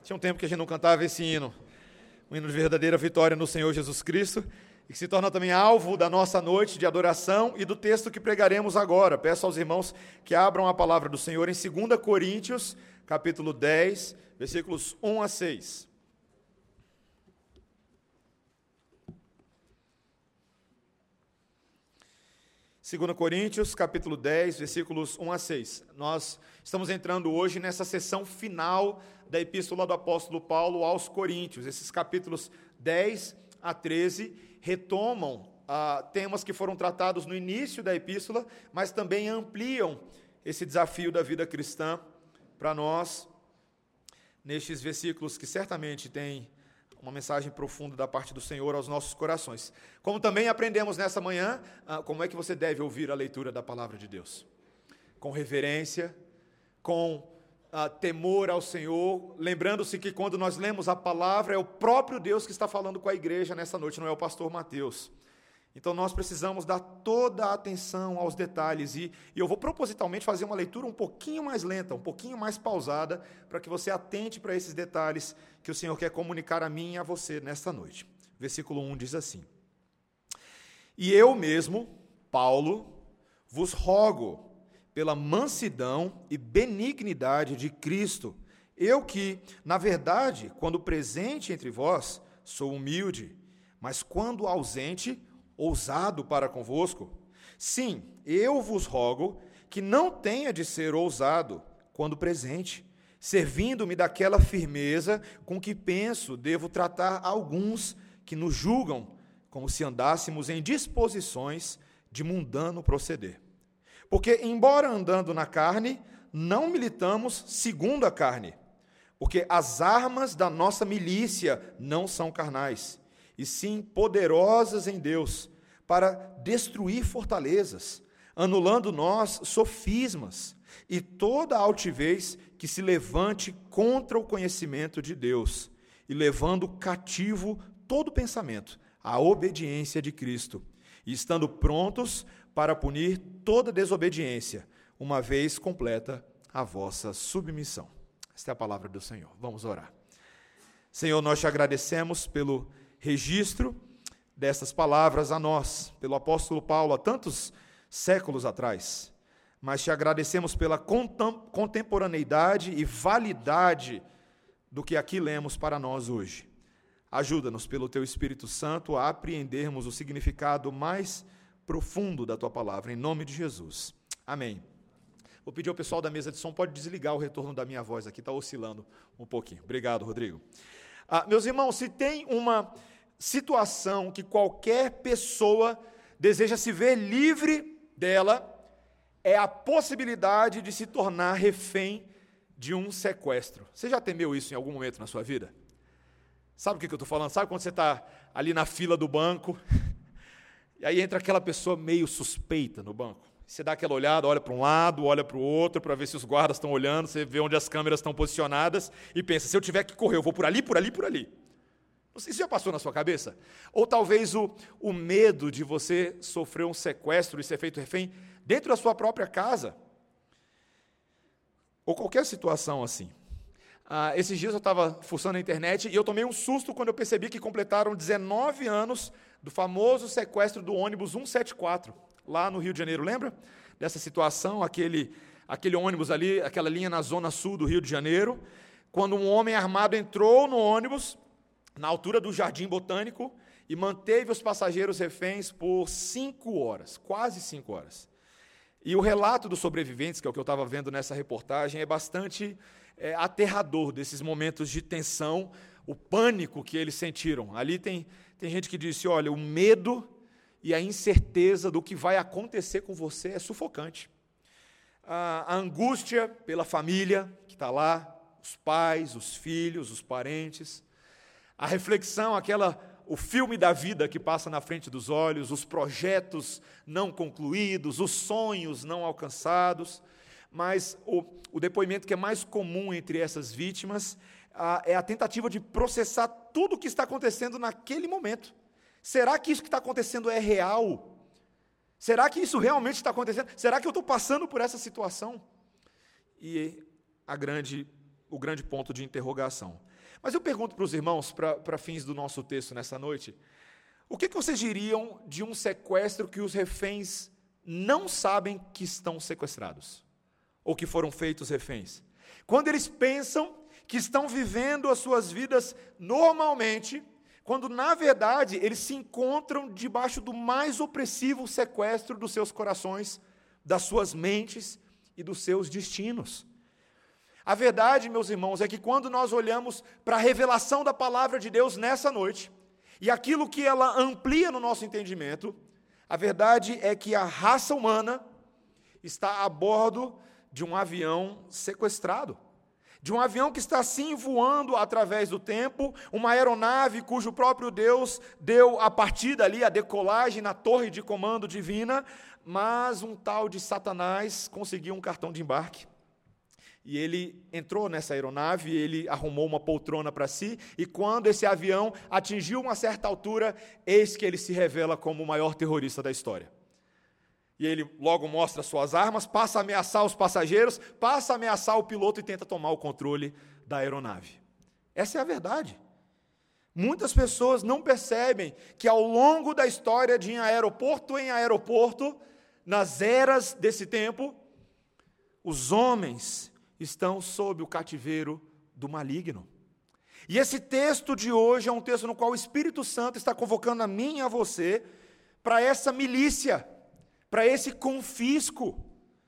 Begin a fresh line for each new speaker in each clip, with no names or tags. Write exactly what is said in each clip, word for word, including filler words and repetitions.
Tinha um tempo que a gente não cantava esse hino, o hino de verdadeira vitória no Senhor Jesus Cristo, e que se torna também alvo da nossa noite de adoração e do texto que pregaremos agora. Peço aos irmãos que abram a palavra do Senhor em segunda Coríntios, capítulo dez, versículos um a seis. segunda Coríntios, capítulo dez, versículos um a seis. Nós estamos entrando hoje nessa sessão final da epístola do apóstolo Paulo aos Coríntios. Esses capítulos dez a treze retomam ah, temas que foram tratados no início da epístola, mas também ampliam esse desafio da vida cristã para nós, nestes versículos que certamente têm uma mensagem profunda da parte do Senhor aos nossos corações. Como também aprendemos nessa manhã, ah, como é que você deve ouvir a leitura da palavra de Deus. Com reverência, com ah, temor ao Senhor, lembrando-se que quando nós lemos a palavra, é o próprio Deus que está falando com a igreja nessa noite, não é o pastor Mateus. Então nós precisamos dar toda a atenção aos detalhes, e, e eu vou propositalmente fazer uma leitura um pouquinho mais lenta, um pouquinho mais pausada, para que você atente para esses detalhes que o Senhor quer comunicar a mim e a você nesta noite. Versículo um diz assim: E eu mesmo, Paulo, vos rogo, pela mansidão e benignidade de Cristo, eu que, na verdade, quando presente entre vós, sou humilde, mas quando ausente, ousado para convosco. Sim, eu vos rogo que não tenha de ser ousado quando presente, servindo-me daquela firmeza com que penso devo tratar alguns que nos julgam, como se andássemos em disposições de mundano proceder. Porque, embora andando na carne, não militamos segundo a carne, porque as armas da nossa milícia não são carnais, e sim poderosas em Deus, para destruir fortalezas, anulando nós sofismas e toda altivez que se levante contra o conhecimento de Deus, e levando cativo todo pensamento à obediência de Cristo, e estando prontos para punir toda desobediência, uma vez completa a vossa submissão. Esta é a palavra do Senhor. Vamos orar. Senhor, nós te agradecemos pelo registro dessas palavras a nós, pelo apóstolo Paulo, há tantos séculos atrás, mas te agradecemos pela contemporaneidade e validade do que aqui lemos para nós hoje. Ajuda-nos, pelo teu Espírito Santo, a apreendermos o significado mais profundo da tua palavra, em nome de Jesus. Amém. Vou pedir ao pessoal da mesa de som, pode desligar o retorno da minha voz aqui, está oscilando um pouquinho. Obrigado, Rodrigo. Ah, meus irmãos, se tem uma situação que qualquer pessoa deseja se ver livre dela, é a possibilidade de se tornar refém de um sequestro. Você já temeu isso em algum momento na sua vida? Sabe o que eu estou falando? Sabe quando você está ali na fila do banco, e aí entra aquela pessoa meio suspeita no banco? Você dá aquela olhada, olha para um lado, olha para o outro, para ver se os guardas estão olhando, você vê onde as câmeras estão posicionadas, e pensa, se eu tiver que correr, eu vou por ali, por ali, por ali. Não sei se já passou na sua cabeça. Ou talvez o, o medo de você sofrer um sequestro e ser feito refém dentro da sua própria casa. Ou qualquer situação assim. Ah, esses dias eu estava fuçando na internet e eu tomei um susto quando eu percebi que completaram dezenove anos do famoso sequestro do ônibus cento e setenta e quatro, lá no Rio de Janeiro. Lembra dessa situação? Aquele, aquele ônibus ali, aquela linha na zona sul do Rio de Janeiro, quando um homem armado entrou no ônibus, na altura do Jardim Botânico, e manteve os passageiros reféns por cinco horas, quase cinco horas. E o relato dos sobreviventes, que é o que eu estava vendo nessa reportagem, é bastante é, aterrador, desses momentos de tensão, o pânico que eles sentiram. Ali tem, tem gente que disse, olha, o medo e a incerteza do que vai acontecer com você é sufocante. A, a angústia pela família que está lá, os pais, os filhos, os parentes, a reflexão, aquela, o filme da vida que passa na frente dos olhos, os projetos não concluídos, os sonhos não alcançados, mas o, o depoimento que é mais comum entre essas vítimas a, é a tentativa de processar tudo o que está acontecendo naquele momento. Será que isso que está acontecendo é real? Será que isso realmente está acontecendo? Será que eu estou passando por essa situação? E a grande o grande ponto de interrogação. Mas eu pergunto para os irmãos, para fins do nosso texto nessa noite, o que, que vocês diriam de um sequestro que os reféns não sabem que estão sequestrados? Ou que foram feitos reféns? Quando eles pensam que estão vivendo as suas vidas normalmente, quando, na verdade, eles se encontram debaixo do mais opressivo sequestro dos seus corações, das suas mentes e dos seus destinos. A verdade, meus irmãos, é que quando nós olhamos para a revelação da palavra de Deus nessa noite, e aquilo que ela amplia no nosso entendimento, a verdade é que a raça humana está a bordo de um avião sequestrado. De um avião que está assim voando através do tempo, uma aeronave cujo próprio Deus deu a partida ali, a decolagem na torre de comando divina, mas um tal de Satanás conseguiu um cartão de embarque. E ele entrou nessa aeronave, ele arrumou uma poltrona para si, e quando esse avião atingiu uma certa altura, eis que ele se revela como o maior terrorista da história. E ele logo mostra suas armas, passa a ameaçar os passageiros, passa a ameaçar o piloto e tenta tomar o controle da aeronave. Essa é a verdade. Muitas pessoas não percebem que ao longo da história de aeroporto em aeroporto, nas eras desse tempo, os homens estão sob o cativeiro do maligno. E esse texto de hoje é um texto no qual o Espírito Santo está convocando a mim e a você para essa milícia, para esse confisco.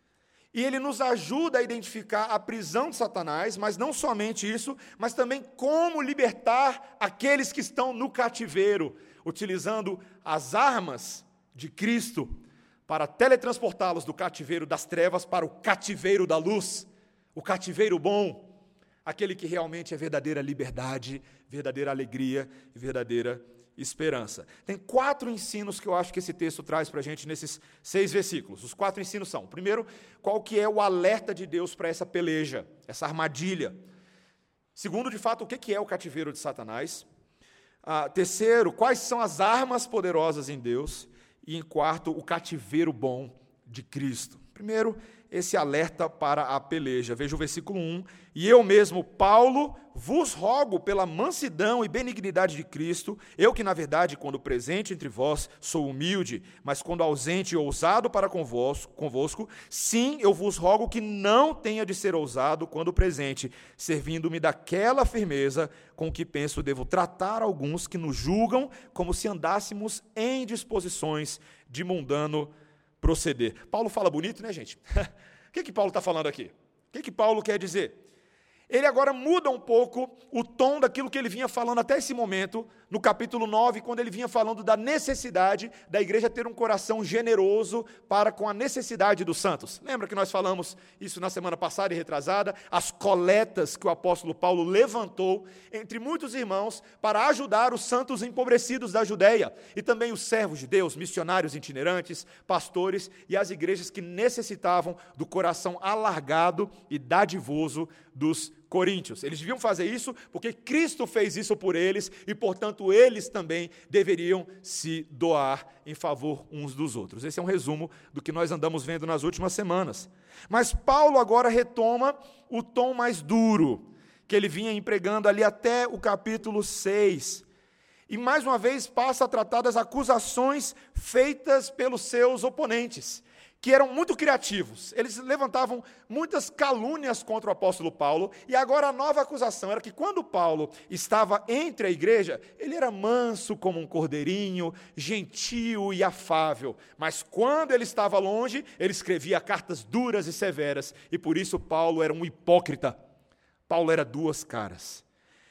E ele nos ajuda a identificar a prisão de Satanás, mas não somente isso, mas também como libertar aqueles que estão no cativeiro, utilizando as armas de Cristo para teletransportá-los do cativeiro das trevas para o cativeiro da luz, o cativeiro bom, aquele que realmente é verdadeira liberdade, verdadeira alegria e verdadeira esperança. Tem quatro ensinos que eu acho que esse texto traz para a gente nesses seis versículos. Os quatro ensinos são: primeiro, qual que é o alerta de Deus para essa peleja, essa armadilha. Segundo, de fato, o que é o cativeiro de Satanás. Ah, terceiro, quais são as armas poderosas em Deus. E em quarto, o cativeiro bom de Cristo. Primeiro, esse alerta para a peleja. Veja o versículo um. E eu mesmo, Paulo, vos rogo pela mansidão e benignidade de Cristo, eu que, na verdade, quando presente entre vós, sou humilde, mas quando ausente e ousado para convosco, convosco, sim, eu vos rogo que não tenha de ser ousado quando presente, servindo-me daquela firmeza com que penso devo tratar alguns que nos julgam como se andássemos em disposições de mundano proceder. Paulo fala bonito, né, gente? O que que Paulo está falando aqui? O que que Paulo quer dizer? Ele agora muda um pouco o tom daquilo que ele vinha falando até esse momento, no capítulo nove, quando ele vinha falando da necessidade da igreja ter um coração generoso para com a necessidade dos santos. Lembra que nós falamos isso na semana passada e retrasada? As coletas que o apóstolo Paulo levantou entre muitos irmãos para ajudar os santos empobrecidos da Judéia e também os servos de Deus, missionários itinerantes, pastores e as igrejas que necessitavam do coração alargado e dadivoso dos coríntios. Eles deviam fazer isso porque Cristo fez isso por eles e, portanto, eles também deveriam se doar em favor uns dos outros. Esse é um resumo do que nós andamos vendo nas últimas semanas. Mas Paulo agora retoma o tom mais duro que ele vinha empregando ali até o capítulo seis. E, mais uma vez, passa a tratar das acusações feitas pelos seus oponentes, que eram muito criativos. Eles levantavam muitas calúnias contra o apóstolo Paulo, e agora a nova acusação era que quando Paulo estava entre a igreja, ele era manso como um cordeirinho, gentil e afável, mas quando ele estava longe, ele escrevia cartas duras e severas, e por isso Paulo era um hipócrita. Paulo era duas caras.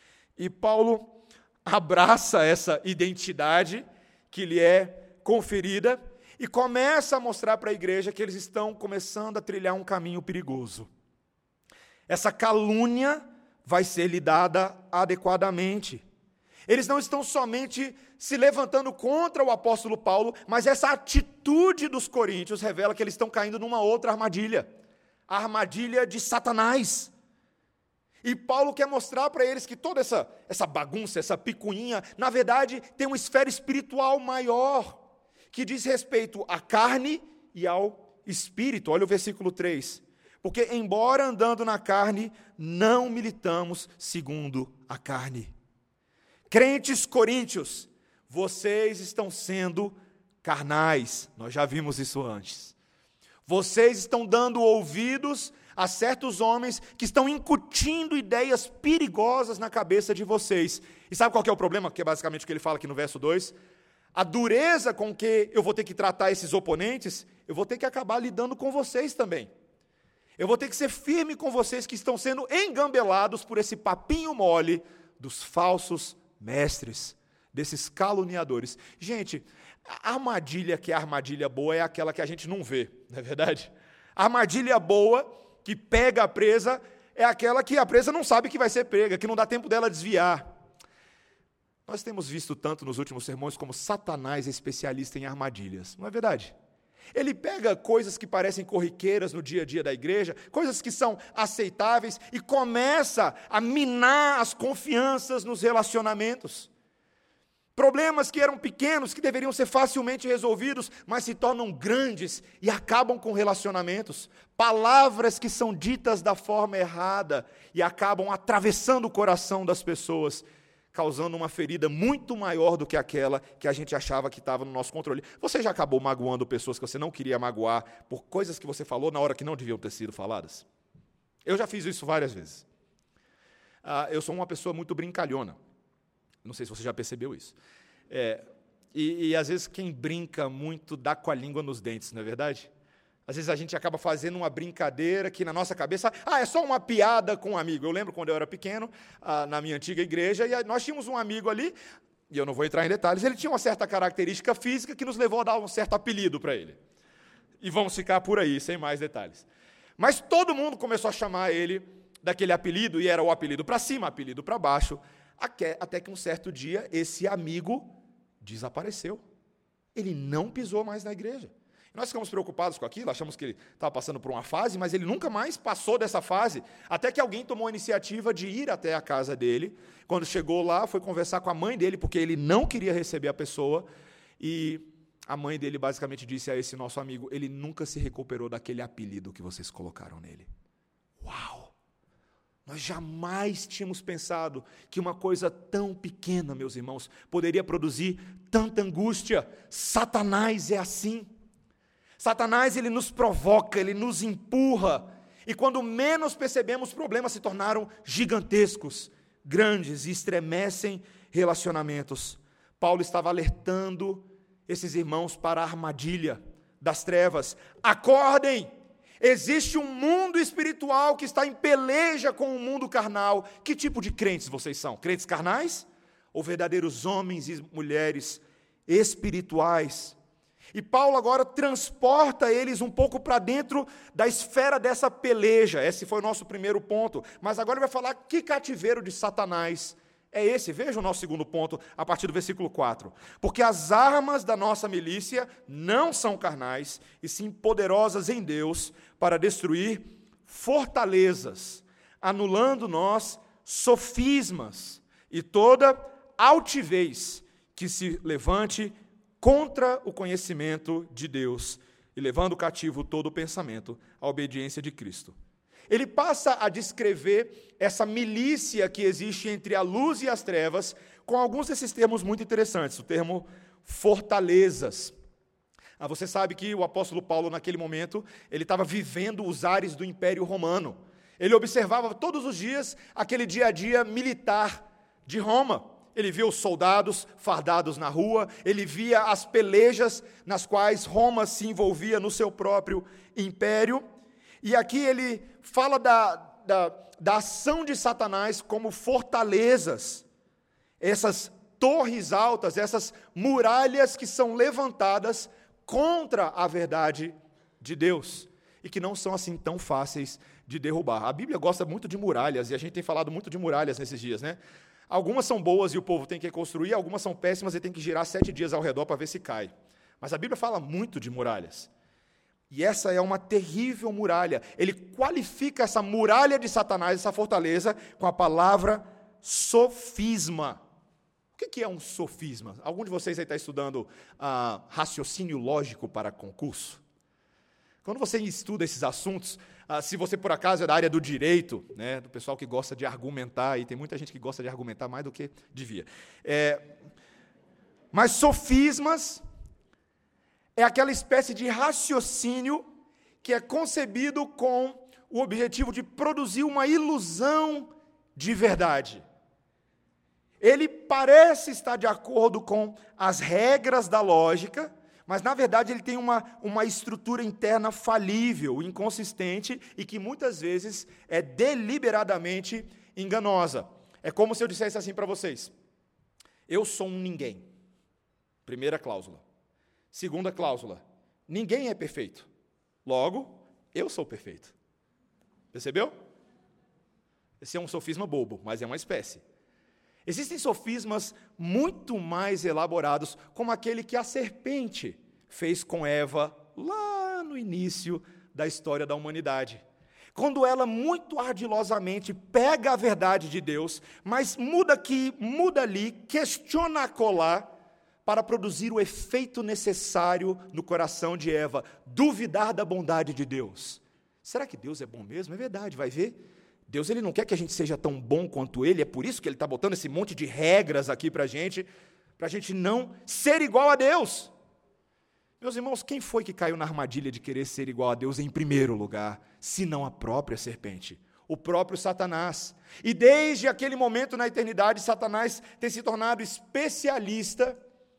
E Paulo abraça essa identidade que lhe é conferida, e começa a mostrar para a igreja que eles estão começando a trilhar um caminho perigoso. Essa calúnia vai ser lidada adequadamente. Eles não estão somente se levantando contra o apóstolo Paulo, mas essa atitude dos coríntios revela que eles estão caindo numa outra armadilha, a armadilha de Satanás. E Paulo quer mostrar para eles que toda essa, essa bagunça, essa picuinha, na verdade, tem uma esfera espiritual maior, que diz respeito à carne e ao espírito. Olha o versículo três. Porque, embora andando na carne, não militamos segundo a carne. Crentes coríntios, vocês estão sendo carnais. Nós já vimos isso antes. Vocês estão dando ouvidos a certos homens que estão incutindo ideias perigosas na cabeça de vocês. E sabe qual que é o problema? Que é basicamente o que ele fala aqui no verso dois. A dureza com que eu vou ter que tratar esses oponentes, eu vou ter que acabar lidando com vocês também. Eu vou ter que ser firme com vocês que estão sendo engambelados por esse papinho mole dos falsos mestres, desses caluniadores. Gente, a armadilha que é a armadilha boa é aquela que a gente não vê, não é verdade? A armadilha boa, que pega a presa, é aquela que a presa não sabe que vai ser prega, que não dá tempo dela desviar. Nós temos visto tanto nos últimos sermões como Satanás é especialista em armadilhas, não é verdade? Ele pega coisas que parecem corriqueiras no dia a dia da igreja, coisas que são aceitáveis, e começa a minar as confianças nos relacionamentos. Problemas que eram pequenos, que deveriam ser facilmente resolvidos, mas se tornam grandes e acabam com relacionamentos. Palavras que são ditas da forma errada e acabam atravessando o coração das pessoas, causando uma ferida muito maior do que aquela que a gente achava que estava no nosso controle. Você já acabou magoando pessoas que você não queria magoar por coisas que você falou na hora que não deviam ter sido faladas? Eu já fiz isso várias vezes. Ah, eu sou uma pessoa muito brincalhona. Não sei se você já percebeu isso. É, e, e, às vezes, quem brinca muito dá com a língua nos dentes, não é verdade? Às vezes, a gente acaba fazendo uma brincadeira que, na nossa cabeça, ah, é só uma piada com um amigo. Eu lembro quando eu era pequeno, ah, na minha antiga igreja, e nós tínhamos um amigo ali, e eu não vou entrar em detalhes, ele tinha uma certa característica física que nos levou a dar um certo apelido para ele. E vamos ficar por aí, sem mais detalhes. Mas todo mundo começou a chamar ele daquele apelido, e era o apelido para cima, apelido para baixo, até que um certo dia esse amigo desapareceu. Ele não pisou mais na igreja. Nós ficamos preocupados com aquilo, achamos que ele estava passando por uma fase, mas ele nunca mais passou dessa fase, até que alguém tomou a iniciativa de ir até a casa dele. Quando chegou lá, foi conversar com a mãe dele, porque ele não queria receber a pessoa, e a mãe dele basicamente disse a esse nosso amigo, ele nunca se recuperou daquele apelido que vocês colocaram nele. Uau! Nós jamais tínhamos pensado que uma coisa tão pequena, meus irmãos, poderia produzir tanta angústia. Satanás é assim. Satanás, ele nos provoca, ele nos empurra, e quando menos percebemos, os problemas se tornaram gigantescos, grandes, e estremecem relacionamentos. Paulo estava alertando esses irmãos para a armadilha das trevas. Acordem! Existe um mundo espiritual que está em peleja com o mundo carnal. Que tipo de crentes vocês são? Crentes carnais? Ou verdadeiros homens e mulheres espirituais? E Paulo agora transporta eles um pouco para dentro da esfera dessa peleja. Esse foi o nosso primeiro ponto. Mas agora ele vai falar que cativeiro de Satanás é esse. Veja o nosso segundo ponto, a partir do versículo quatro. Porque as armas da nossa milícia não são carnais, e sim poderosas em Deus para destruir fortalezas, anulando nós sofismas e toda altivez que se levante contra o conhecimento de Deus, e levando cativo todo o pensamento à obediência de Cristo. Ele passa a descrever essa milícia que existe entre a luz e as trevas, com alguns desses termos muito interessantes. O termo fortalezas. Ah, você sabe que o apóstolo Paulo, naquele momento, ele estava vivendo os ares do Império Romano. Ele observava todos os dias aquele dia a dia militar de Roma. Ele via os soldados fardados na rua, ele via as pelejas nas quais Roma se envolvia no seu próprio império. E aqui ele fala da, da, da ação de Satanás como fortalezas, essas torres altas, essas muralhas que são levantadas contra a verdade de Deus, e que não são assim tão fáceis de derrubar. A Bíblia gosta muito de muralhas, e a gente tem falado muito de muralhas nesses dias, né? Algumas são boas e o povo tem que reconstruir, algumas são péssimas e tem que girar sete dias ao redor para ver se cai. Mas a Bíblia fala muito de muralhas. E essa é uma terrível muralha. Ele qualifica essa muralha de Satanás, essa fortaleza, com a palavra sofisma. O que é um sofisma? Algum de vocês aí está estudando ah, raciocínio lógico para concurso? Quando você estuda esses assuntos, Ah, se você, por acaso, é da área do direito, né, do pessoal que gosta de argumentar, e tem muita gente que gosta de argumentar mais do que devia. É, mas sofismas é aquela espécie de raciocínio que é concebido com o objetivo de produzir uma ilusão de verdade. Ele parece estar de acordo com as regras da lógica, mas, na verdade, ele tem uma, uma estrutura interna falível, inconsistente, e que, muitas vezes, é deliberadamente enganosa. É como se eu dissesse assim para vocês: eu sou um ninguém. Primeira cláusula. Segunda cláusula: ninguém é perfeito. Logo, eu sou perfeito. Percebeu? Esse é um sofisma bobo, mas é uma espécie. Existem sofismas muito mais elaborados, como aquele que a serpente fez com Eva lá no início da história da humanidade. Quando ela muito ardilosamente pega a verdade de Deus, mas muda aqui, muda ali, questiona acolá, para produzir o efeito necessário no coração de Eva, duvidar da bondade de Deus. Será que Deus é bom mesmo? É verdade, vai ver. Deus ele não quer que a gente seja tão bom quanto Ele, é por isso que Ele está botando esse monte de regras aqui para a gente, para a gente não ser igual a Deus. Meus irmãos, quem foi que caiu na armadilha de querer ser igual a Deus em primeiro lugar, se não a própria serpente? O próprio Satanás. E desde aquele momento na eternidade, Satanás tem se tornado especialista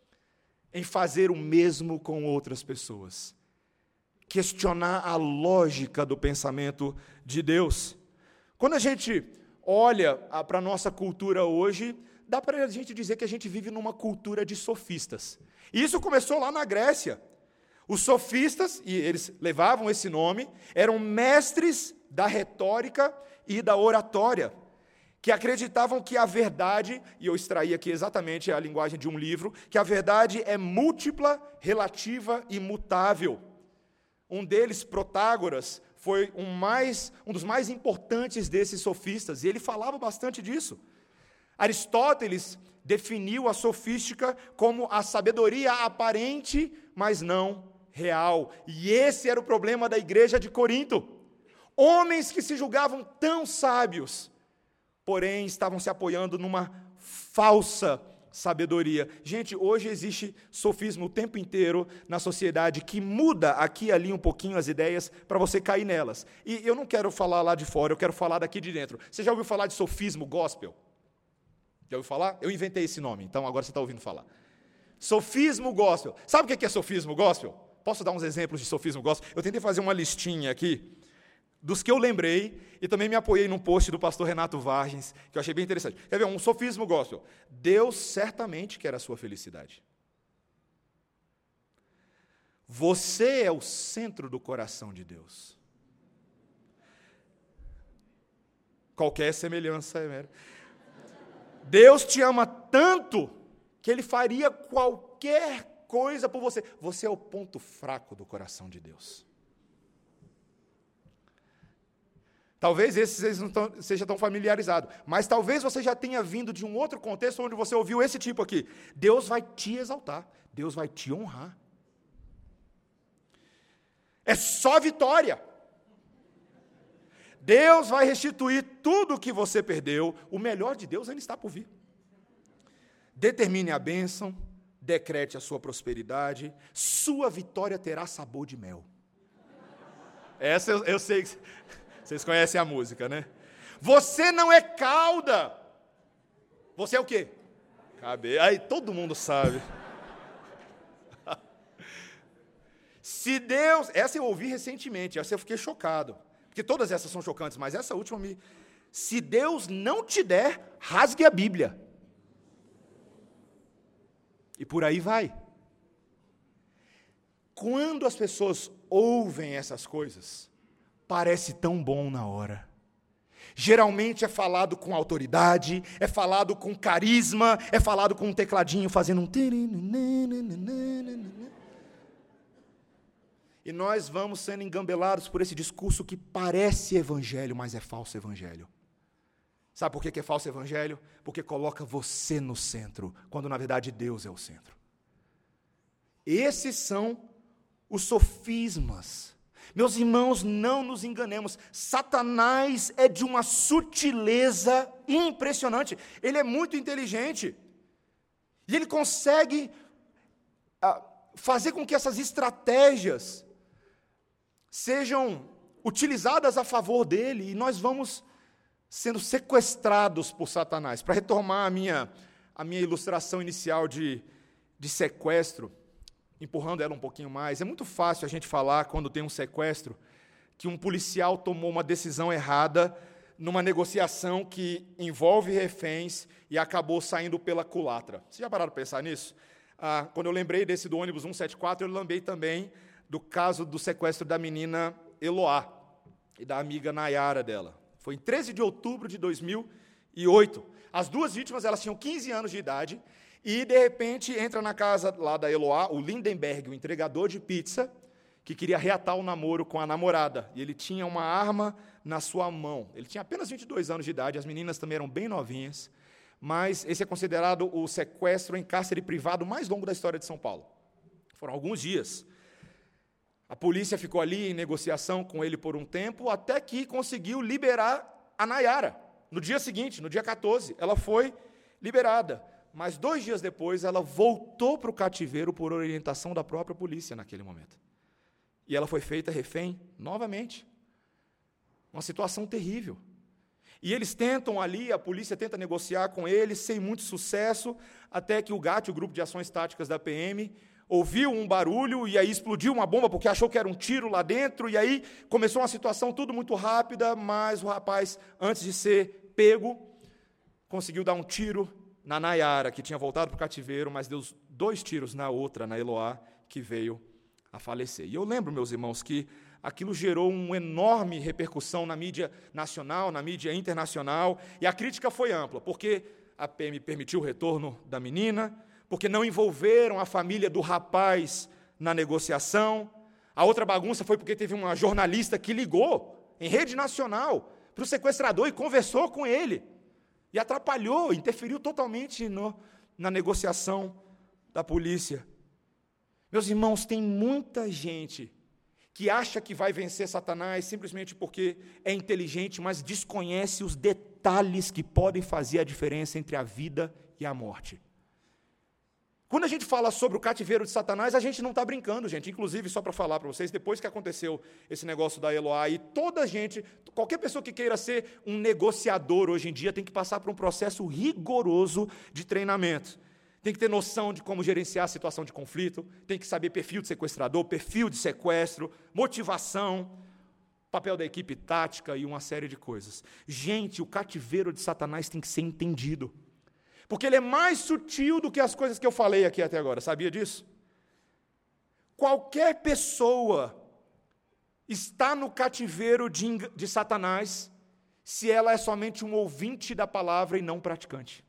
em fazer o mesmo com outras pessoas. Questionar a lógica do pensamento de Deus. Quando a gente olha para a nossa cultura hoje, dá para a gente dizer que a gente vive numa cultura de sofistas. E isso começou lá na Grécia. Os sofistas, e eles levavam esse nome, eram mestres da retórica e da oratória, que acreditavam que a verdade, e eu extraí aqui exatamente a linguagem de um livro, que a verdade é múltipla, relativa e mutável. Um deles, Protágoras, foi um, mais, um dos mais importantes desses sofistas, e ele falava bastante disso. Aristóteles definiu a sofística como a sabedoria aparente, mas não real. E esse era o problema da igreja de Corinto. Homens que se julgavam tão sábios, porém estavam se apoiando numa falsa sabedoria. Gente, hoje existe sofismo o tempo inteiro na sociedade que muda aqui e ali um pouquinho as ideias para você cair nelas. E eu não quero falar lá de fora, eu quero falar daqui de dentro. Você já ouviu falar de sofismo gospel? Já ouviu falar? Eu inventei esse nome, então agora você está ouvindo falar. Sofismo gospel. Sabe o que é sofismo gospel? Posso dar uns exemplos de sofismo gospel? Eu tentei fazer uma listinha aqui dos que eu lembrei, e também me apoiei num post do pastor Renato Vargens, que eu achei bem interessante. Quer ver, um sofismo gospel. Deus certamente quer a sua felicidade. Você é o centro do coração de Deus. Qualquer semelhança é mera. Deus te ama tanto que Ele faria qualquer coisa por você. Você é o ponto fraco do coração de Deus. Talvez esse vocês não tão, seja tão familiarizado, mas talvez você já tenha vindo de um outro contexto onde você ouviu esse tipo aqui. Deus vai te exaltar, Deus vai te honrar. É só vitória. Deus vai restituir tudo o que você perdeu, o melhor de Deus ainda está por vir. Determine a bênção, decrete a sua prosperidade, sua vitória terá sabor de mel. Essa eu, eu sei que... Vocês conhecem a música, né? Você não é cauda. Você é o quê? Cabelo. Aí todo mundo sabe. Se Deus... Essa eu ouvi recentemente, essa eu fiquei chocado. Porque todas essas são chocantes, mas essa última me... Se Deus não te der, rasgue a Bíblia. E por aí vai. Quando as pessoas ouvem essas coisas, parece tão bom na hora. Geralmente é falado com autoridade, é falado com carisma, é falado com um tecladinho fazendo um... E nós vamos sendo engambelados por esse discurso que parece evangelho, mas é falso evangelho. Sabe por que é falso evangelho? Porque coloca você no centro, quando na verdade Deus é o centro. Esses são os sofismas. Meus irmãos, não nos enganemos, Satanás é de uma sutileza impressionante, ele é muito inteligente, e ele consegue ah, fazer com que essas estratégias sejam utilizadas a favor dele, e nós vamos sendo sequestrados por Satanás. Para retomar a minha, a minha ilustração inicial de, de sequestro, empurrando ela um pouquinho mais, é muito fácil a gente falar, quando tem um sequestro, que um policial tomou uma decisão errada numa negociação que envolve reféns e acabou saindo pela culatra. Vocês já pararam para pensar nisso? Ah, quando eu lembrei desse do ônibus cento e setenta e quatro, eu lembrei também do caso do sequestro da menina Eloá e da amiga Nayara dela. Foi em treze de outubro de dois mil e oito. As duas vítimas, elas tinham quinze anos de idade, e, de repente, entra na casa lá da Eloá, o Lindenberg, o entregador de pizza, que queria reatar o namoro com a namorada. E ele tinha uma arma na sua mão. Ele tinha apenas vinte e dois anos de idade, as meninas também eram bem novinhas, mas esse é considerado o sequestro em cárcere privado mais longo da história de São Paulo. Foram alguns dias. A polícia ficou ali em negociação com ele por um tempo, até que conseguiu liberar a Nayara. No dia seguinte, no dia quatorze, ela foi liberada. Mas dois dias depois, ela voltou para o cativeiro por orientação da própria polícia naquele momento. E ela foi feita refém novamente. Uma situação terrível. E eles tentam ali, a polícia tenta negociar com eles, sem muito sucesso, até que o G A T, o Grupo de Ações Táticas da P M, ouviu um barulho e aí explodiu uma bomba, porque achou que era um tiro lá dentro, e aí começou uma situação tudo muito rápida, mas o rapaz, antes de ser pego, conseguiu dar um tiro na Nayara, que tinha voltado para o cativeiro, mas deu dois tiros na outra, na Eloá, que veio a falecer. E eu lembro, meus irmãos, que aquilo gerou uma enorme repercussão na mídia nacional, na mídia internacional, e a crítica foi ampla, porque a P M permitiu o retorno da menina, porque não envolveram a família do rapaz na negociação. A outra bagunça foi porque teve uma jornalista que ligou, em rede nacional, para o sequestrador e conversou com ele. E atrapalhou, interferiu totalmente no, na negociação da polícia. Meus irmãos, tem muita gente que acha que vai vencer Satanás simplesmente porque é inteligente, mas desconhece os detalhes que podem fazer a diferença entre a vida e a morte. Quando a gente fala sobre o cativeiro de Satanás, a gente não está brincando, gente. Inclusive, só para falar para vocês, depois que aconteceu esse negócio da Eloá, e toda gente, qualquer pessoa que queira ser um negociador hoje em dia, tem que passar por um processo rigoroso de treinamento. Tem que ter noção de como gerenciar a situação de conflito, tem que saber perfil de sequestrador, perfil de sequestro, motivação, papel da equipe tática e uma série de coisas. Gente, o cativeiro de Satanás tem que ser entendido. Porque ele é mais sutil do que as coisas que eu falei aqui até agora, sabia disso? Qualquer pessoa está no cativeiro de, de Satanás se ela é somente um ouvinte da palavra e não praticante.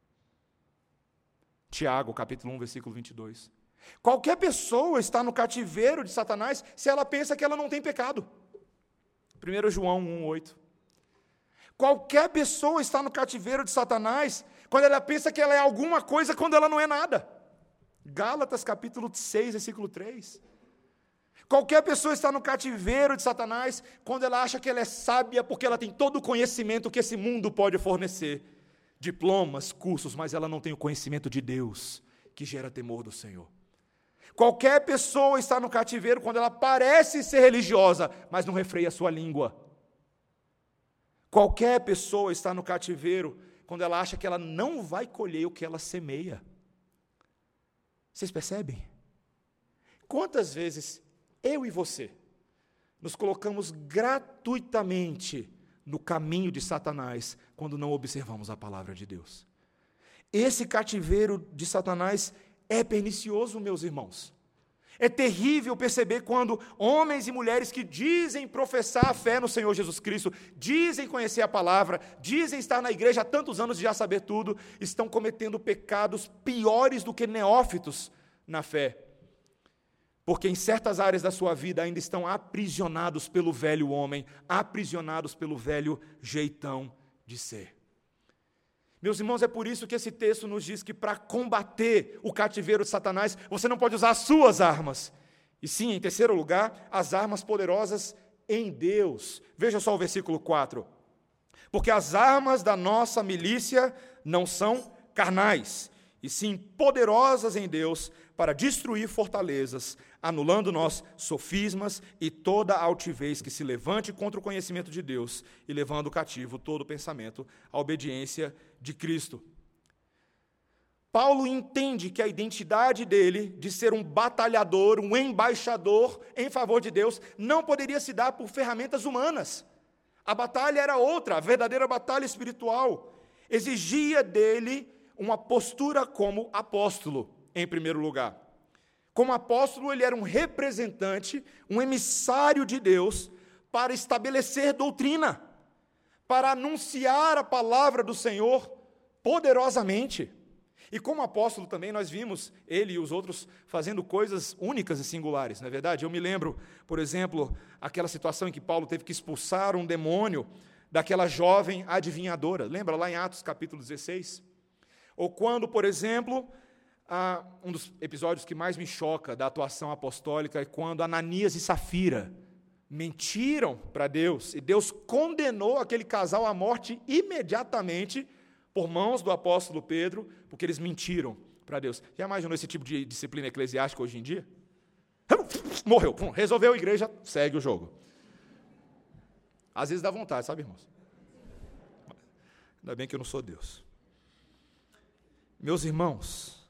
Tiago, capítulo um, versículo vinte e dois. Qualquer pessoa está no cativeiro de Satanás se ela pensa que ela não tem pecado. primeiro João um, oito. Qualquer pessoa está no cativeiro de Satanás quando ela pensa que ela é alguma coisa quando ela não é nada. Gálatas, capítulo seis, versículo três. Qualquer pessoa está no cativeiro de Satanás quando ela acha que ela é sábia porque ela tem todo o conhecimento que esse mundo pode fornecer. Diplomas, cursos, mas ela não tem o conhecimento de Deus, que gera temor do Senhor. Qualquer pessoa está no cativeiro quando ela parece ser religiosa, mas não refreia a sua língua. Qualquer pessoa está no cativeiro quando ela acha que ela não vai colher o que ela semeia. Vocês percebem? Quantas vezes eu e você nos colocamos gratuitamente no caminho de Satanás quando não observamos a palavra de Deus? Esse cativeiro de Satanás é pernicioso, meus irmãos. É terrível perceber quando homens e mulheres que dizem professar a fé no Senhor Jesus Cristo, dizem conhecer a palavra, dizem estar na igreja há tantos anos e já saber tudo, estão cometendo pecados piores do que neófitos na fé. Porque em certas áreas da sua vida ainda estão aprisionados pelo velho homem, aprisionados pelo velho jeitão de ser. Meus irmãos, é por isso que esse texto nos diz que para combater o cativeiro de Satanás, você não pode usar as suas armas, E sim, em terceiro lugar, as armas poderosas em Deus. Veja só o versículo quatro. Porque as armas da nossa milícia não são carnais, e sim poderosas em Deus para destruir fortalezas, anulando nós sofismas e toda a altivez que se levante contra o conhecimento de Deus e levando cativo todo o pensamento à obediência de Cristo. Paulo entende que a identidade dele, de ser um batalhador, um embaixador em favor de Deus, não poderia se dar por ferramentas humanas. A batalha era outra, a verdadeira batalha espiritual. Exigia dele uma postura como apóstolo, em primeiro lugar. Como apóstolo, ele era um representante, um emissário de Deus para estabelecer doutrina, para anunciar a palavra do Senhor poderosamente. E como apóstolo também nós vimos ele e os outros fazendo coisas únicas e singulares, não é verdade? Eu me lembro, por exemplo, aquela situação em que Paulo teve que expulsar um demônio daquela jovem adivinhadora. Lembra lá em Atos capítulo dezesseis? Ou quando, por exemplo, ah, um dos episódios que mais me choca da atuação apostólica é quando Ananias e Safira mentiram para Deus, e Deus condenou aquele casal à morte imediatamente por mãos do apóstolo Pedro, porque eles mentiram para Deus. Já imaginou esse tipo de disciplina eclesiástica hoje em dia? Morreu, pum, resolveu a igreja, segue o jogo. Às vezes dá vontade, sabe, irmãos? Ainda bem que eu não sou Deus. Meus irmãos,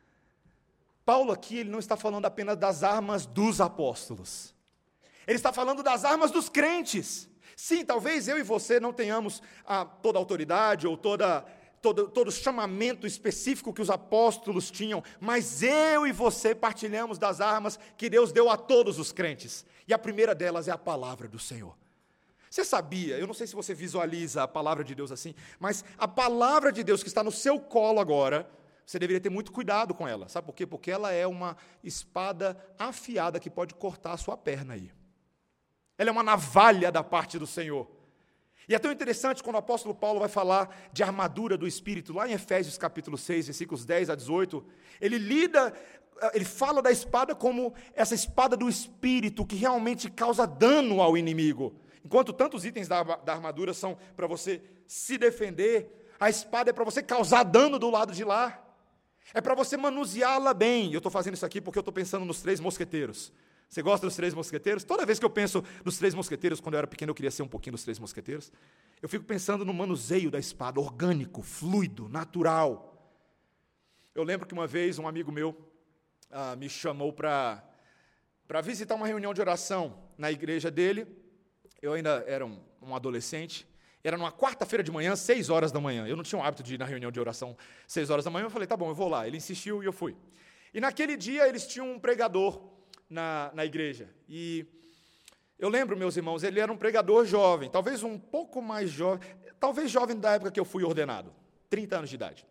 Paulo aqui ele não está falando apenas das armas dos apóstolos. Ele está falando das armas dos crentes. Sim, talvez eu e você não tenhamos ah, toda a autoridade ou toda, todo, todo o chamamento específico que os apóstolos tinham, mas eu e você partilhamos das armas que Deus deu a todos os crentes. E a primeira delas é a palavra do Senhor. Você sabia, eu não sei se você visualiza a palavra de Deus assim, mas a palavra de Deus que está no seu colo agora, você deveria ter muito cuidado com ela. Sabe por quê? Porque ela é uma espada afiada que pode cortar a sua perna aí. Ela é uma navalha da parte do Senhor. E é tão interessante quando o apóstolo Paulo vai falar de armadura do Espírito, lá em Efésios capítulo seis, versículos dez a dezoito, ele lida, ele fala da espada como essa espada do Espírito, que realmente causa dano ao inimigo. Enquanto tantos itens da, da armadura são para você se defender, a espada é para você causar dano do lado de lá. É para você manuseá-la bem. Eu estou fazendo isso aqui porque eu estou pensando nos três mosqueteiros. Você gosta dos Três Mosqueteiros? Toda vez que eu penso nos Três Mosqueteiros, quando eu era pequeno, eu queria ser um pouquinho dos Três Mosqueteiros, eu fico pensando no manuseio da espada, orgânico, fluido, natural. Eu lembro que uma vez um amigo meu ah, me chamou para para visitar uma reunião de oração na igreja dele. Eu ainda era um, um adolescente. Era numa quarta-feira de manhã, seis horas da manhã. Eu não tinha o hábito de ir na reunião de oração seis horas da manhã. Eu falei, tá bom, eu vou lá. Ele insistiu e eu fui. E naquele dia eles tinham um pregador Na, na igreja, e eu lembro, meus irmãos, ele era um pregador jovem, talvez um pouco mais jovem, talvez jovem da época que eu fui ordenado, trinta anos de idade,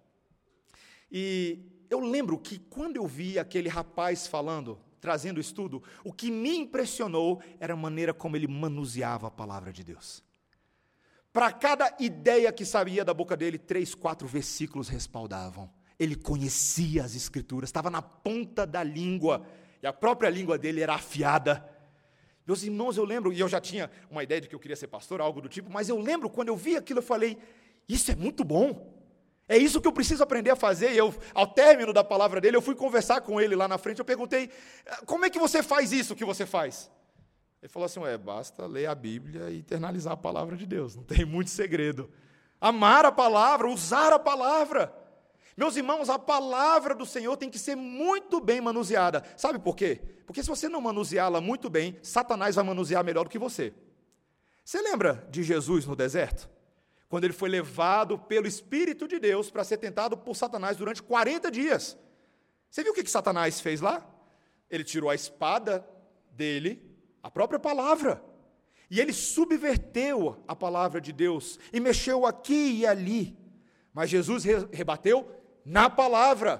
e eu lembro que quando eu vi aquele rapaz falando, trazendo estudo, o que me impressionou era a maneira como ele manuseava a palavra de Deus. Para cada ideia que saía da boca dele, três, quatro versículos respaldavam. Ele conhecia as Escrituras, estava na ponta da língua, e a própria língua dele era afiada. Meus irmãos, eu lembro, e eu já tinha uma ideia de que eu queria ser pastor, algo do tipo, mas eu lembro, quando eu vi aquilo, eu falei, isso é muito bom, é isso que eu preciso aprender a fazer. E eu, ao término da palavra dele, eu fui conversar com ele lá na frente, eu perguntei, como é que você faz isso que você faz? Ele falou assim, ué, basta ler a Bíblia e internalizar a palavra de Deus, não tem muito segredo. Amar a palavra, usar a palavra. Meus irmãos, a palavra do Senhor tem que ser muito bem manuseada. Sabe por quê? Porque se você não manuseá-la muito bem, Satanás vai manusear melhor do que você. Você lembra de Jesus no deserto? Quando ele foi levado pelo Espírito de Deus para ser tentado por Satanás durante quarenta dias. Você viu o que, que Satanás fez lá? Ele tirou a espada dele, a própria palavra, e ele subverteu a palavra de Deus, e mexeu aqui e ali. Mas Jesus rebateu na palavra.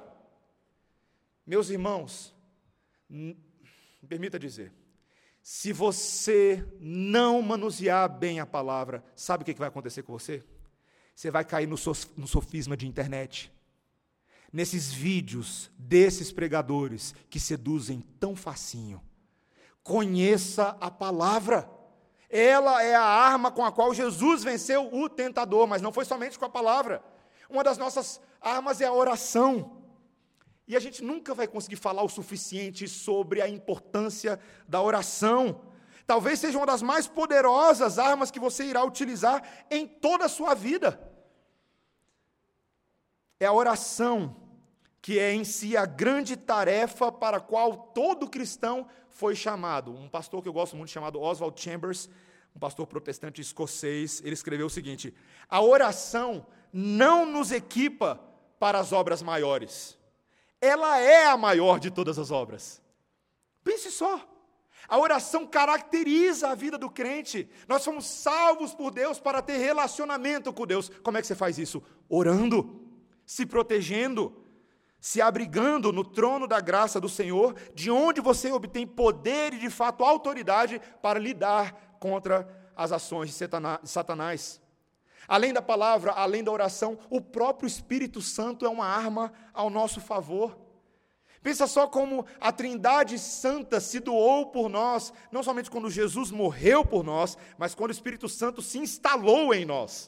Meus irmãos, me permita dizer, se você não manusear bem a palavra, sabe o que vai acontecer com você? Você vai cair no sofisma de internet, nesses vídeos desses pregadores que seduzem tão facinho, Conheça a palavra. Ela é a arma com a qual Jesus venceu o tentador, mas não foi somente com a palavra. Uma das nossas armas é a oração. E a gente nunca vai conseguir falar o suficiente sobre a importância da oração. Talvez seja uma das mais poderosas armas que você irá utilizar em toda a sua vida. É a oração que é em si a grande tarefa para a qual todo cristão foi chamado. Um pastor que eu gosto muito, chamado Oswald Chambers, um pastor protestante escocês, ele escreveu o seguinte: a oração não nos equipa para as obras maiores. Ela é a maior de todas as obras. Pense só. A oração caracteriza a vida do crente. Nós somos salvos por Deus para ter relacionamento com Deus. Como é que você faz isso? Orando, se protegendo, se abrigando no trono da graça do Senhor, de onde você obtém poder e, de fato, autoridade para lidar contra as ações de Satanás. Além da palavra, além da oração, o próprio Espírito Santo é uma arma ao nosso favor. Pensa só como a Trindade Santa se doou por nós, não somente quando Jesus morreu por nós, mas quando o Espírito Santo se instalou em nós.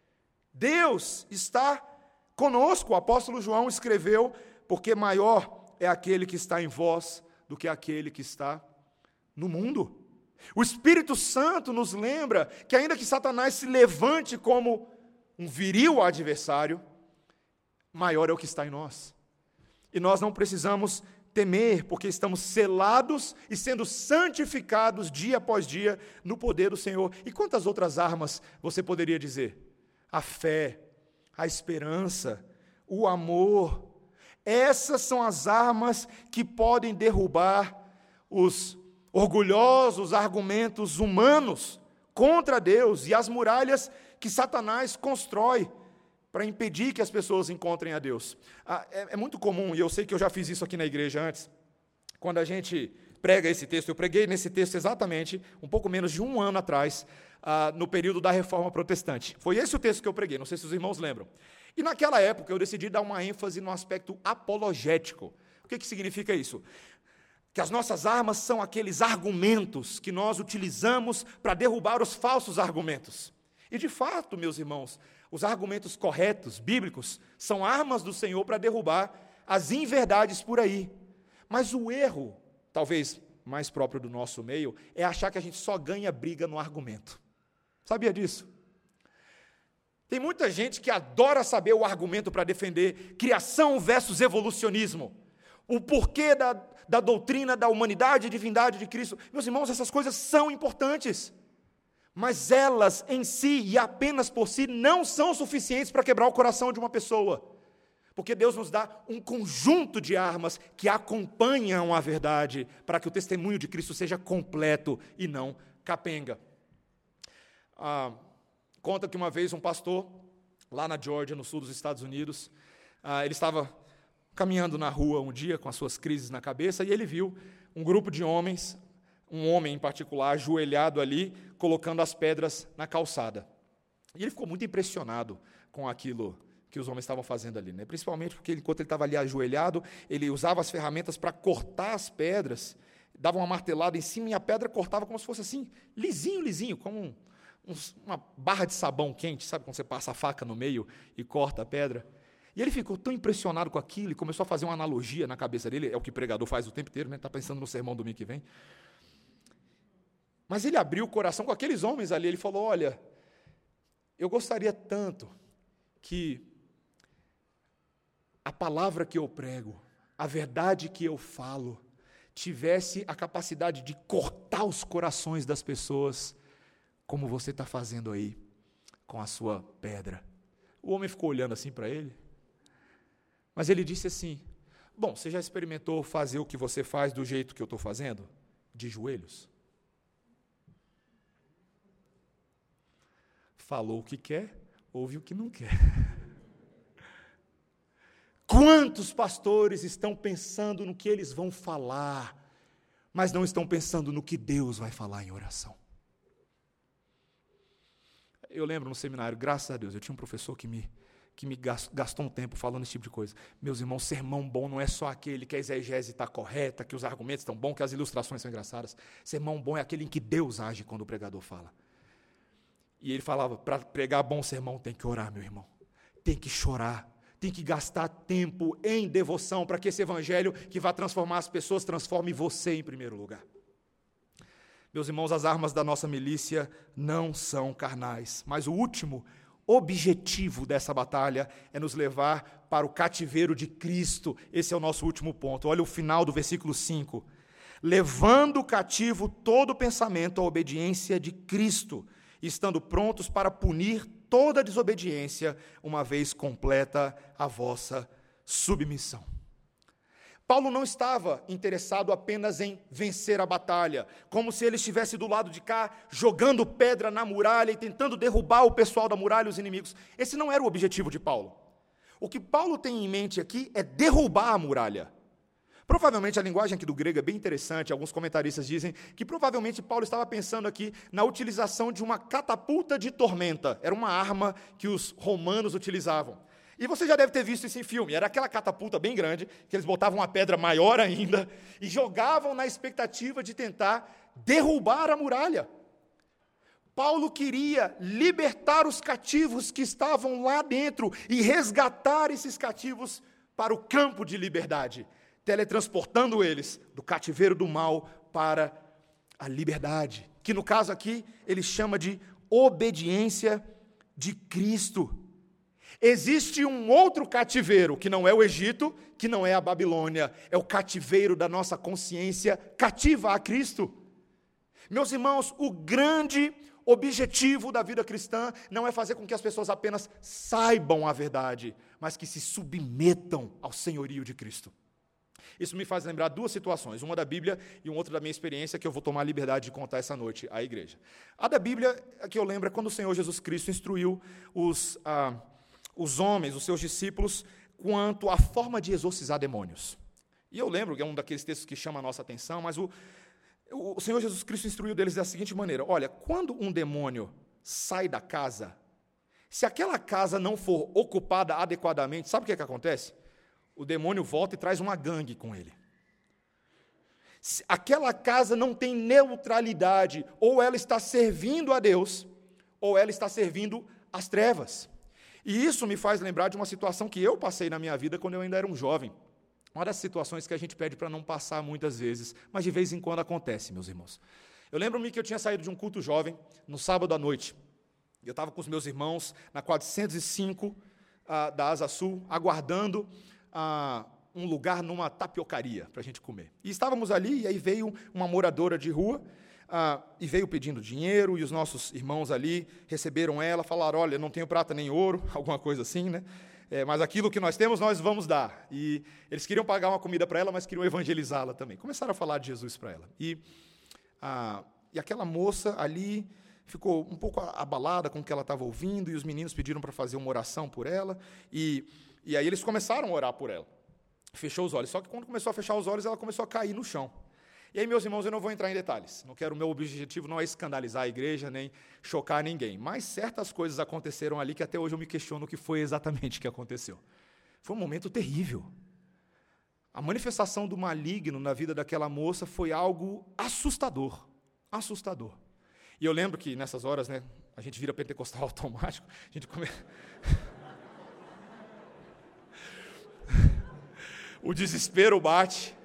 Deus está conosco. O apóstolo João escreveu: porque maior é aquele que está em vós do que aquele que está no mundo. O Espírito Santo nos lembra que ainda que Satanás se levante como um viril adversário, maior é o que está em nós. E nós não precisamos temer, porque estamos selados e sendo santificados dia após dia no poder do Senhor. E quantas outras armas você poderia dizer? A fé, a esperança, o amor. Essas são as armas que podem derrubar os orgulhosos argumentos humanos contra Deus e as muralhas que Satanás constrói para impedir que as pessoas encontrem a Deus. Ah, é, é muito comum, e eu sei que eu já fiz isso aqui na igreja antes, quando a gente prega esse texto, eu preguei nesse texto exatamente um pouco menos de um ano atrás, ah, no período da Reforma Protestante. Foi esse o texto que eu preguei, não sei se os irmãos lembram. E naquela época eu decidi dar uma ênfase no aspecto apologético. O que, que significa isso? Que as nossas armas são aqueles argumentos que nós utilizamos para derrubar os falsos argumentos. E de fato, meus irmãos, os argumentos corretos, bíblicos, são armas do Senhor para derrubar as inverdades por aí. Mas o erro, talvez mais próprio do nosso meio, é achar que a gente só ganha briga no argumento. Sabia disso? Tem muita gente que adora saber o argumento para defender criação versus evolucionismo. O porquê da, da doutrina da humanidade e divindade de Cristo. Meus irmãos, essas coisas são importantes. Mas elas em si e apenas por si não são suficientes para quebrar o coração de uma pessoa. Porque Deus nos dá um conjunto de armas que acompanham a verdade para que o testemunho de Cristo seja completo e não capenga. Ah, conta que uma vez um pastor, lá na Geórgia, no sul dos Estados Unidos, ah, ele estava caminhando na rua um dia com as suas crises na cabeça e ele viu um grupo de homens, um homem em particular, ajoelhado ali, colocando as pedras na calçada. E ele ficou muito impressionado com aquilo que os homens estavam fazendo ali, né? Principalmente porque, enquanto ele estava ali ajoelhado, ele usava as ferramentas para cortar as pedras, dava uma martelada em cima e a pedra cortava como se fosse assim, lisinho, lisinho, como um, um, uma barra de sabão quente, sabe quando você passa a faca no meio e corta a pedra? E ele ficou tão impressionado com aquilo e começou a fazer uma analogia na cabeça dele, é o que o pregador faz o tempo inteiro, né? Está pensando no sermão domingo que vem. Mas ele abriu o coração com aqueles homens ali, ele falou: olha, eu gostaria tanto que a palavra que eu prego, a verdade que eu falo, tivesse a capacidade de cortar os corações das pessoas, como você está fazendo aí, com a sua pedra. O homem ficou olhando assim para ele, mas ele disse assim: bom, você já experimentou fazer o que você faz do jeito que eu estou fazendo? De joelhos? Falou o que quer, ouve o que não quer. Quantos pastores estão pensando no que eles vão falar, mas não estão pensando no que Deus vai falar em oração? Eu lembro no seminário, graças a Deus, eu tinha um professor que me, que me gastou um tempo falando esse tipo de coisa. Meus irmãos, sermão bom não é só aquele que a exegese está correta, que os argumentos estão bons, que as ilustrações são engraçadas. Sermão bom é aquele em que Deus age quando o pregador fala. E ele falava, para pregar bom sermão tem que orar, meu irmão. Tem que chorar. Tem que gastar tempo em devoção para que esse evangelho que vai transformar as pessoas transforme você em primeiro lugar. Meus irmãos, as armas da nossa milícia não são carnais, mas o último objetivo dessa batalha é nos levar para o cativeiro de Cristo. Esse é o nosso último ponto. Olha o final do versículo cinco. Levando cativo todo pensamento à obediência de Cristo, estando prontos para punir toda desobediência, uma vez completa a vossa submissão. Paulo não estava interessado apenas em vencer a batalha, como se ele estivesse do lado de cá, jogando pedra na muralha e tentando derrubar o pessoal da muralha, os inimigos. Esse não era o objetivo de Paulo. O que Paulo tem em mente aqui é derrubar a muralha. Provavelmente, a linguagem aqui do grego é bem interessante, alguns comentaristas dizem que provavelmente Paulo estava pensando aqui na utilização de uma catapulta de tormenta, era uma arma que os romanos utilizavam. E você já deve ter visto isso em filme, era aquela catapulta bem grande, que eles botavam uma pedra maior ainda, e jogavam na expectativa de tentar derrubar a muralha. Paulo queria libertar os cativos que estavam lá dentro, e resgatar esses cativos para o campo de liberdade, teletransportando eles do cativeiro do mal para a liberdade, que no caso aqui ele chama de obediência de Cristo. Existe um outro cativeiro, que não é o Egito, que não é a Babilônia, é o cativeiro da nossa consciência cativa a Cristo. Meus irmãos, o grande objetivo da vida cristã não é fazer com que as pessoas apenas saibam a verdade, mas que se submetam ao senhorio de Cristo. Isso me faz lembrar duas situações, uma da Bíblia e uma outra da minha experiência, que eu vou tomar a liberdade de contar essa noite à igreja. A da Bíblia, que eu lembro, é quando o Senhor Jesus Cristo instruiu os, ah, os homens, os seus discípulos, quanto à forma de exorcizar demônios. E eu lembro que é um daqueles textos que chama a nossa atenção, mas o, o Senhor Jesus Cristo instruiu deles da seguinte maneira: olha, quando um demônio sai da casa, se aquela casa não for ocupada adequadamente, sabe o que é que acontece? O demônio volta e traz uma gangue com ele. Se aquela casa não tem neutralidade, ou ela está servindo a Deus, ou ela está servindo às trevas. E isso me faz lembrar de uma situação que eu passei na minha vida quando eu ainda era um jovem. Uma das situações que a gente pede para não passar muitas vezes, mas de vez em quando acontece, meus irmãos. Eu lembro-me que eu tinha saído de um culto jovem, no sábado à noite. Eu estava com os meus irmãos na quatrocentos e cinco ah, da Asa Sul, aguardando ah, um lugar numa tapiocaria para a gente comer. E estávamos ali, e aí veio uma moradora de rua, ah, e veio pedindo dinheiro, e os nossos irmãos ali receberam ela, falaram: olha, não tenho prata nem ouro, alguma coisa assim, né? É, mas aquilo que nós temos, nós vamos dar. E eles queriam pagar uma comida para ela, mas queriam evangelizá-la também. Começaram a falar de Jesus para ela. E, ah, e aquela moça ali ficou um pouco abalada com o que ela estava ouvindo, e os meninos pediram para fazer uma oração por ela, e, e aí eles começaram a orar por ela. Fechou os olhos. Só que quando começou a fechar os olhos, ela começou a cair no chão. E aí, meus irmãos, eu não vou entrar em detalhes. Não quero, o meu objetivo não é escandalizar a igreja, nem chocar ninguém. Mas certas coisas aconteceram ali que até hoje eu me questiono o que foi exatamente que aconteceu. Foi um momento terrível. A manifestação do maligno na vida daquela moça foi algo assustador. Assustador. E eu lembro que nessas horas, né, a gente vira pentecostal automático, a gente come... o desespero bate.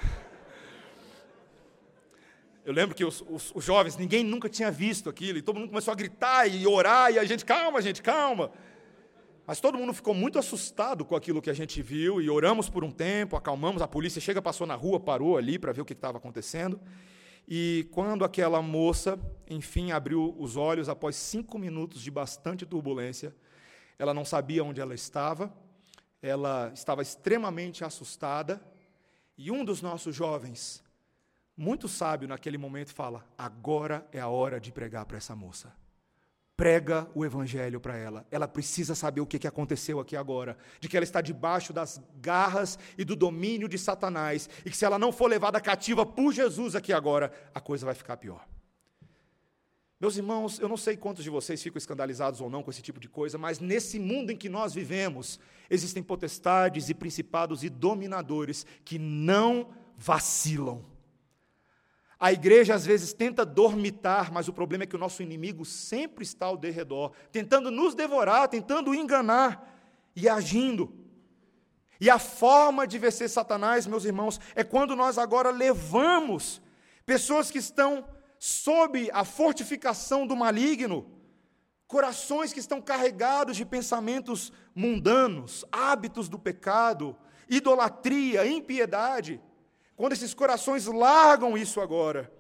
Eu lembro que os, os, os jovens, ninguém nunca tinha visto aquilo, e todo mundo começou a gritar e orar, e a gente, calma, gente, calma. Mas todo mundo ficou muito assustado com aquilo que a gente viu, e oramos por um tempo, acalmamos, a polícia chega, passou na rua, parou ali para ver o que estava acontecendo. E quando aquela moça, enfim, abriu os olhos, após cinco minutos de bastante turbulência, ela não sabia onde ela estava, ela estava extremamente assustada, e um dos nossos jovens, muito sábio naquele momento, fala: agora é a hora de pregar para essa moça. Prega o evangelho para ela. Ela precisa saber o que aconteceu aqui agora, de que ela está debaixo das garras e do domínio de Satanás, e que se ela não for levada cativa por Jesus aqui agora, a coisa vai ficar pior. Meus irmãos, eu não sei quantos de vocês ficam escandalizados ou não com esse tipo de coisa, mas nesse mundo em que nós vivemos, existem potestades e principados e dominadores que não vacilam. A igreja às vezes tenta dormitar, mas o problema é que o nosso inimigo sempre está ao derredor, tentando nos devorar, tentando enganar e agindo. E a forma de vencer Satanás, meus irmãos, é quando nós agora levamos pessoas que estão sob a fortificação do maligno, corações que estão carregados de pensamentos mundanos, hábitos do pecado, idolatria, impiedade. Quando esses corações largam isso agora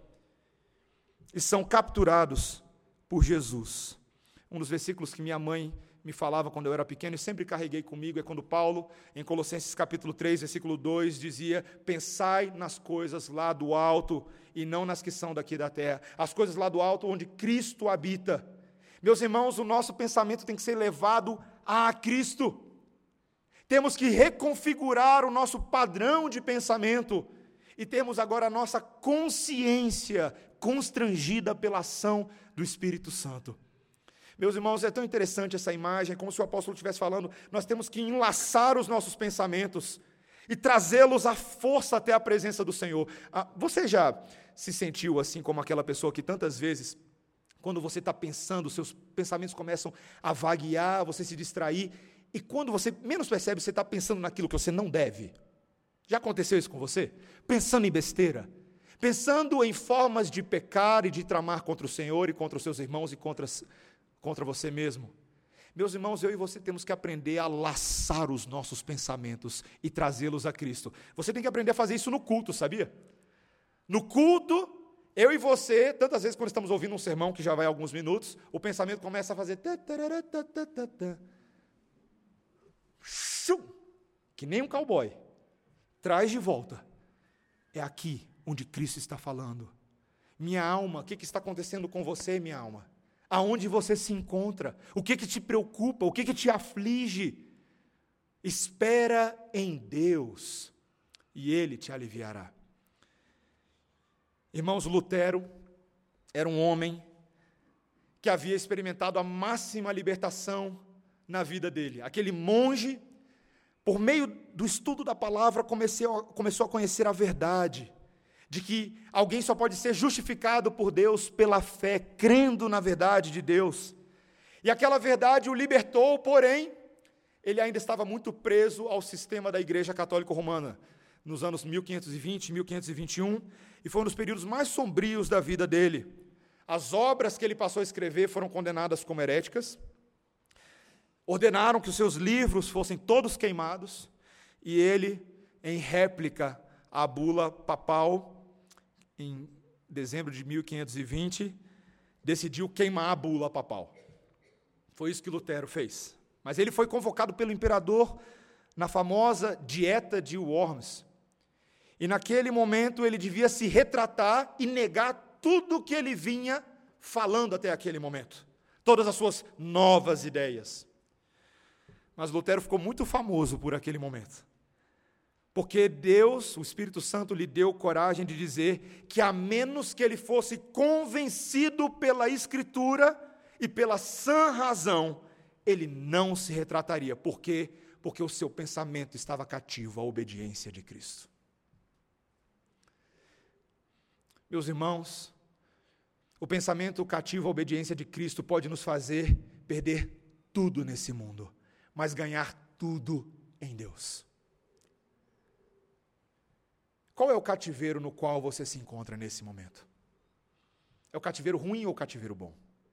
e são capturados por Jesus. Um dos versículos que minha mãe me falava quando eu era pequeno e sempre carreguei comigo é quando Paulo, em Colossenses capítulo três, versículo dois, dizia: pensai nas coisas lá do alto e não nas que são daqui da terra. As coisas lá do alto onde Cristo habita. Meus irmãos, o nosso pensamento tem que ser levado a Cristo. Temos que reconfigurar o nosso padrão de pensamento e temos agora a nossa consciência constrangida pela ação do Espírito Santo. Meus irmãos, é tão interessante essa imagem, como se o apóstolo estivesse falando, nós temos que enlaçar os nossos pensamentos e trazê-los à força até a presença do Senhor. Ah, você já se sentiu assim como aquela pessoa que tantas vezes, quando você está pensando, seus pensamentos começam a vaguear, você se distrair, e quando você menos percebe, você está pensando naquilo que você não deve? Já aconteceu isso com você? Pensando em besteira, pensando em formas de pecar e de tramar contra o Senhor e contra os seus irmãos e contra, contra você mesmo. Meus irmãos, eu e você temos que aprender a laçar os nossos pensamentos e trazê-los a Cristo. Você tem que aprender a fazer isso no culto, sabia? No culto, eu e você, tantas vezes quando estamos ouvindo um sermão que já vai alguns minutos, o pensamento começa a fazer que nem um cowboy. Traz de volta. É aqui onde Cristo está falando. Minha alma, o que, que está acontecendo com você, minha alma? Aonde você se encontra? O que, que te preocupa? O que, que te aflige? Espera em Deus e Ele te aliviará. Irmãos, Lutero era um homem que havia experimentado a máxima libertação na vida dele. Aquele monge, por meio do estudo da palavra, comecei, começou a conhecer a verdade de que alguém só pode ser justificado por Deus pela fé, crendo na verdade de Deus. E aquela verdade o libertou, porém, ele ainda estava muito preso ao sistema da Igreja Católica Romana, nos anos mil quinhentos e vinte, mil quinhentos e vinte e um, e foi um dos períodos mais sombrios da vida dele. As obras que ele passou a escrever foram condenadas como heréticas, ordenaram que os seus livros fossem todos queimados, e ele, em réplica à bula papal, em dezembro de mil quinhentos e vinte, decidiu queimar a bula papal. Foi isso que Lutero fez. Mas ele foi convocado pelo imperador na famosa Dieta de Worms. E naquele momento ele devia se retratar e negar tudo o que ele vinha falando até aquele momento. Todas as suas novas ideias. Mas Lutero ficou muito famoso por aquele momento. Porque Deus, o Espírito Santo, lhe deu coragem de dizer que a menos que ele fosse convencido pela Escritura e pela sã razão, ele não se retrataria. Por quê? Porque o seu pensamento estava cativo à obediência de Cristo. Meus irmãos, o pensamento cativo à obediência de Cristo pode nos fazer perder tudo nesse mundo, mas ganhar tudo em Deus. Qual é o cativeiro no qual você se encontra nesse momento? É o cativeiro ruim ou o cativeiro bom?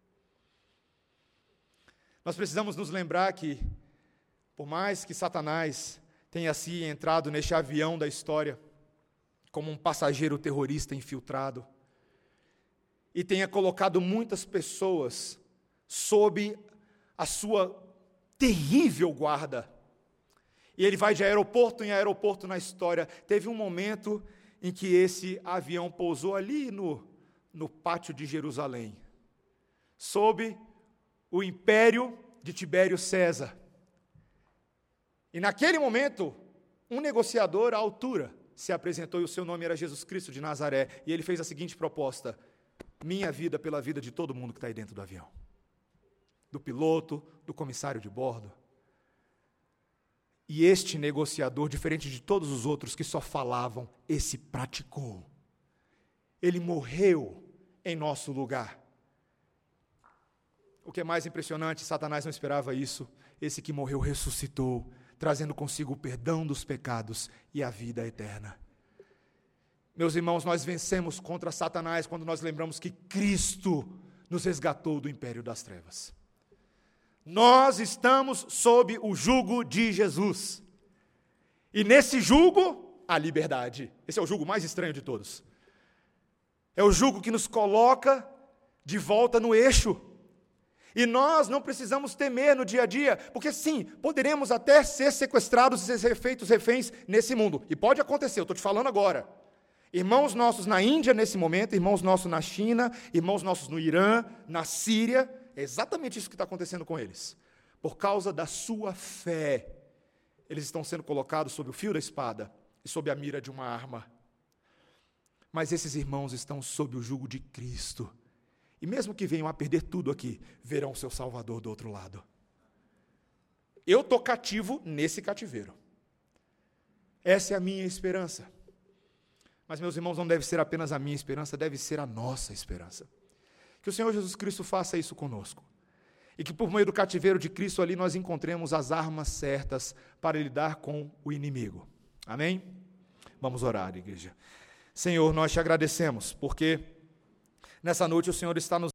Nós precisamos nos lembrar que, por mais que Satanás tenha se entrado neste avião da história, como um passageiro terrorista infiltrado, e tenha colocado muitas pessoas sob a sua terrível guarda, e ele vai de aeroporto em aeroporto na história. Teve um momento em que esse avião pousou ali no, no pátio de Jerusalém, sob o império de Tibério César. E naquele momento, um negociador à altura se apresentou e o seu nome era Jesus Cristo de Nazaré. E ele fez a seguinte proposta: minha vida pela vida de todo mundo que está aí dentro do avião. Do piloto, do comissário de bordo. E este negociador, diferente de todos os outros que só falavam, esse praticou. Ele morreu em nosso lugar. O que é mais impressionante, Satanás não esperava isso. Esse que morreu ressuscitou, trazendo consigo o perdão dos pecados e a vida eterna. Meus irmãos, nós vencemos contra Satanás quando nós lembramos que Cristo nos resgatou do império das trevas. Nós estamos sob o jugo de Jesus. E nesse jugo, a liberdade. Esse é o jugo mais estranho de todos. É o jugo que nos coloca de volta no eixo. E nós não precisamos temer no dia a dia, porque sim, poderemos até ser sequestrados e ser feitos reféns nesse mundo. E pode acontecer, eu estou te falando agora. Irmãos nossos na Índia nesse momento, irmãos nossos na China, irmãos nossos no Irã, na Síria, é exatamente isso que está acontecendo com eles. Por causa da sua fé, eles estão sendo colocados sob o fio da espada e sob a mira de uma arma. Mas esses irmãos estão sob o jugo de Cristo. E mesmo que venham a perder tudo aqui, verão o seu Salvador do outro lado. Eu estou cativo nesse cativeiro. Essa é a minha esperança. Mas, meus irmãos, não deve ser apenas a minha esperança, deve ser a nossa esperança. Que o Senhor Jesus Cristo faça isso conosco. E que por meio do cativeiro de Cristo ali nós encontremos as armas certas para lidar com o inimigo. Amém? Vamos orar, igreja. Senhor, nós te agradecemos, porque nessa noite o Senhor está nos